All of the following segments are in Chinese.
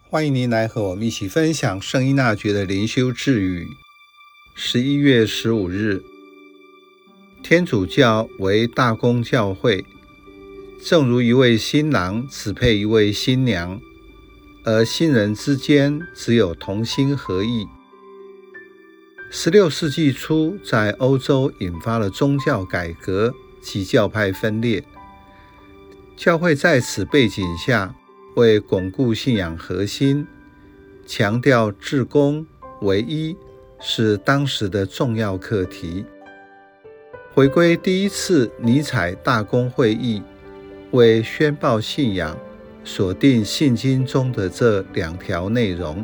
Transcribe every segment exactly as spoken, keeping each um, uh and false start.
欢迎您来和我们一起分享圣依纳爵的灵修智语。十一月十五日，天主教为大公教会，正如一位新郎只配一位新娘，而新人之间只有同心合意。十六世纪初，在欧洲引发了宗教改革及教派分裂。教会在此背景下，为巩固信仰核心，强调至公唯一是当时的重要课题。回归第一次尼采大公会议，为宣报信仰锁定信经中的这两条内容。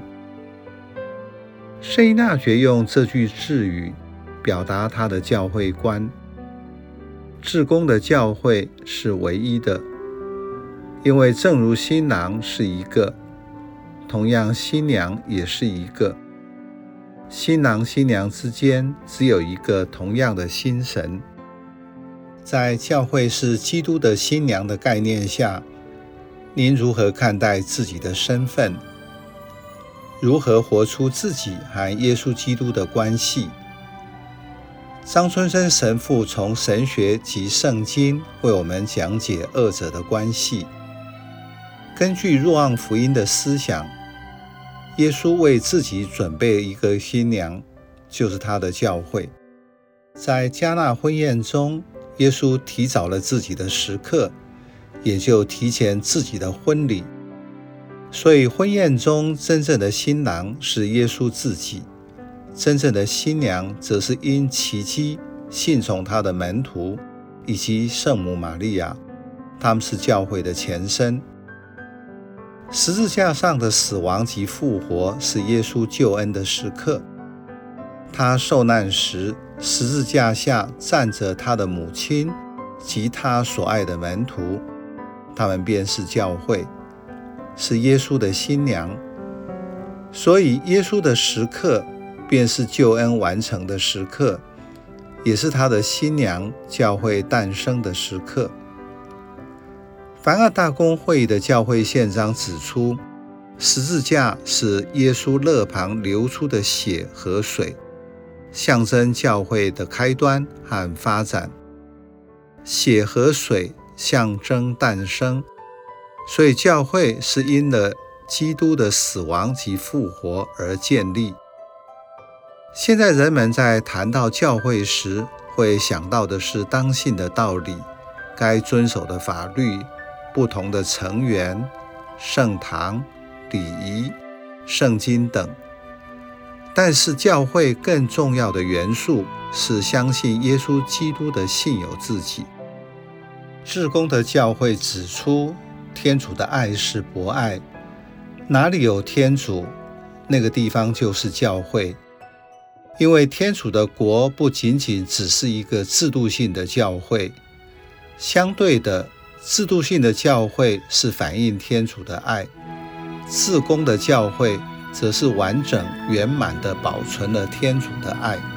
圣依纳爵用这句智语表达他的教会观：至公的教会是唯一的，因为正如新郎是一个，同样新娘也是一个。新郎新娘之间只有一个同样的心神。在教会是基督的新娘的概念下，您如何看待自己的身份？如何活出自己和耶稣基督的关系？张春生神父从神学及圣经为我们讲解二者的关系。根据若望福音的思想，耶稣为自己准备一个新娘，就是他的教会。在迦纳婚宴中，耶稣提早了自己的时刻，也就提前自己的婚礼。所以婚宴中真正的新郎是耶稣自己，真正的新娘则是因奇迹信从他的门徒以及圣母玛利亚，他们是教会的前身。十字架上的死亡及复活是耶稣救恩的时刻。他受难时，十字架下站着他的母亲及他所爱的门徒，他们便是教会，是耶稣的新娘。所以耶稣的时刻便是救恩完成的时刻，也是他的新娘教会诞生的时刻。凡尔大公会议的教会宪章指出，十字架是耶稣肋旁流出的血和水，象征教会的开端和发展。血和水象征诞生，所以教会是因了基督的死亡及复活而建立。现在人们在谈到教会时，会想到的是当信的道理、该遵守的法律、不同的成员、圣堂、礼仪、圣经等。但是教会更重要的元素是相信耶稣基督的信有自己。至公的教会指出，天主的爱是博爱，哪里有天主，那个地方就是教会。因为天主的国不仅仅只是一个制度性的教会，相对的，制度性的教会是反映天主的爱，至公的教会则是完整圆满地保存了天主的爱。